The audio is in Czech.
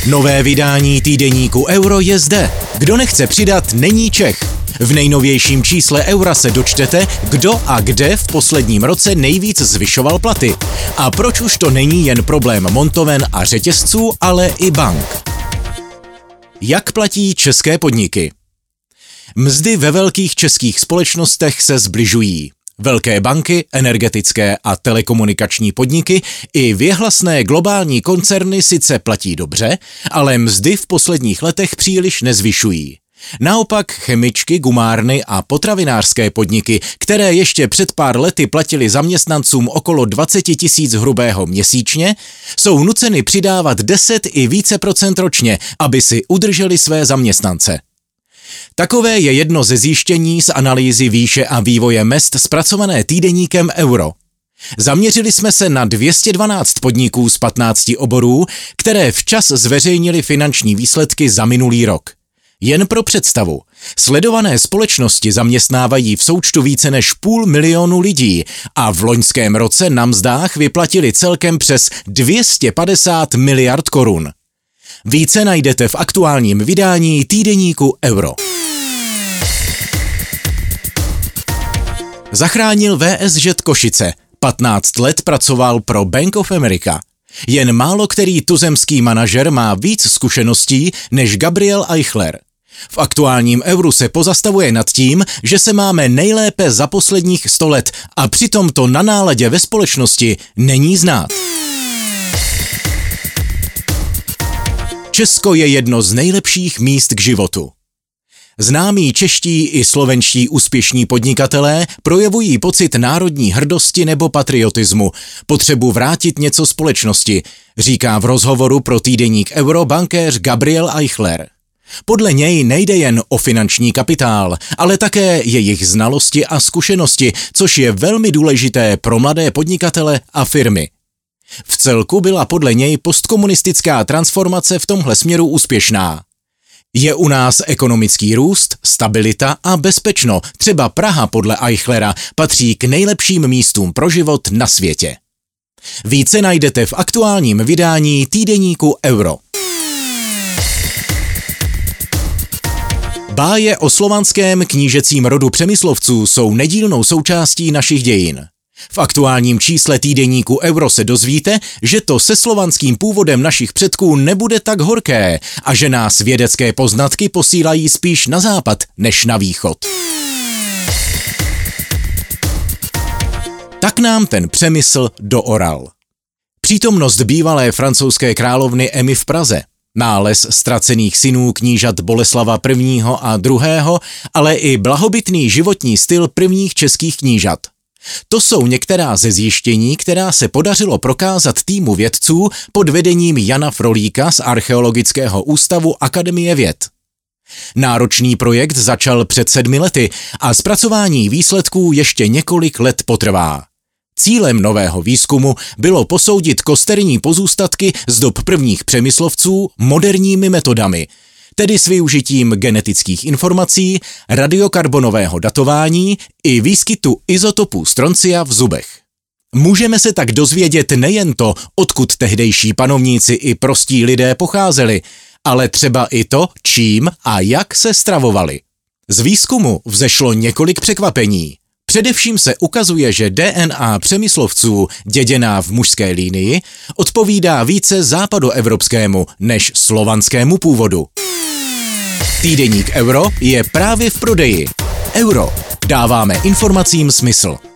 Nové vydání týdeníku Euro je zde. Kdo nechce přidat, není Čech. V nejnovějším čísle Eura se dočtete, kdo a kde v posledním roce nejvíc zvyšoval platy. A proč už to není jen problém montoven a řetězců, ale i bank. Jak platí české podniky? Mzdy ve velkých českých společnostech se zbližují. Velké banky, energetické a telekomunikační podniky i věhlasné globální koncerny sice platí dobře, ale mzdy v posledních letech příliš nezvyšují. Naopak chemičky, gumárny a potravinářské podniky, které ještě před pár lety platili zaměstnancům okolo 20 000 hrubého měsíčně, jsou nuceny přidávat 10 i více procent ročně, aby si udrželi své zaměstnance. Takové je jedno ze zjištění z analýzy výše a vývoje mezd zpracované týdeníkem Euro. Zaměřili jsme se na 212 podniků z 15 oborů, které včas zveřejnili finanční výsledky za minulý rok. Jen pro představu, sledované společnosti zaměstnávají v součtu více než 500 000 lidí a v loňském roce na mzdách vyplatili celkem přes 250 miliard korun. Více najdete v aktuálním vydání týdeníku Euro. Zachránil VSŽ Košice. 15 let pracoval pro Bank of America. Jen málo který tuzemský manažer má víc zkušeností než Gabriel Eichler. V aktuálním Euru se pozastavuje nad tím, že se máme nejlépe za posledních 100 let a přitom to na náladě ve společnosti není znát. Česko je jedno z nejlepších míst k životu. Známí čeští i slovenští úspěšní podnikatelé projevují pocit národní hrdosti nebo patriotismu, potřebu vrátit něco společnosti, říká v rozhovoru pro týdeník Euro bankéř Gabriel Eichler. Podle něj nejde jen o finanční kapitál, ale také jejich znalosti a zkušenosti, což je velmi důležité pro mladé podnikatele a firmy. V celku byla podle něj postkomunistická transformace v tomhle směru úspěšná. Je u nás ekonomický růst, stabilita a bezpečno. Třeba Praha podle Eichlera patří k nejlepším místům pro život na světě. Více najdete v aktuálním vydání týdeníku Euro. Báje o slovanském knížecím rodu Přemyslovců jsou nedílnou součástí našich dějin. V aktuálním čísle týdeníku Euro se dozvíte, že to se slovanským původem našich předků nebude tak horké a že nás vědecké poznatky posílají spíš na západ než na východ. Tak nám ten Přemysl dooral. Přítomnost bývalé francouzské královny Emmy v Praze, nález ztracených synů knížat Boleslava I. a II., ale i blahobytný životní styl prvních českých knížat. To jsou některá ze zjištění, která se podařilo prokázat týmu vědců pod vedením Jana Frolíka z Archeologického ústavu Akademie věd. Náročný projekt začal před 7 lety a zpracování výsledků ještě několik let potrvá. Cílem nového výzkumu bylo posoudit kosterní pozůstatky z dob prvních Přemyslovců moderními metodami, tedy s využitím genetických informací, radiokarbonového datování i výskytu izotopů stroncia v zubech. Můžeme se tak dozvědět nejen to, odkud tehdejší panovníci i prostí lidé pocházeli, ale třeba i to, čím a jak se stravovali. Z výzkumu vzešlo několik překvapení. Především se ukazuje, že DNA Přemyslovců, děděná v mužské línii, odpovídá více západoevropskému než slovanskému původu. Týdeník Euro je právě v prodeji. Euro. Dáváme informacím smysl.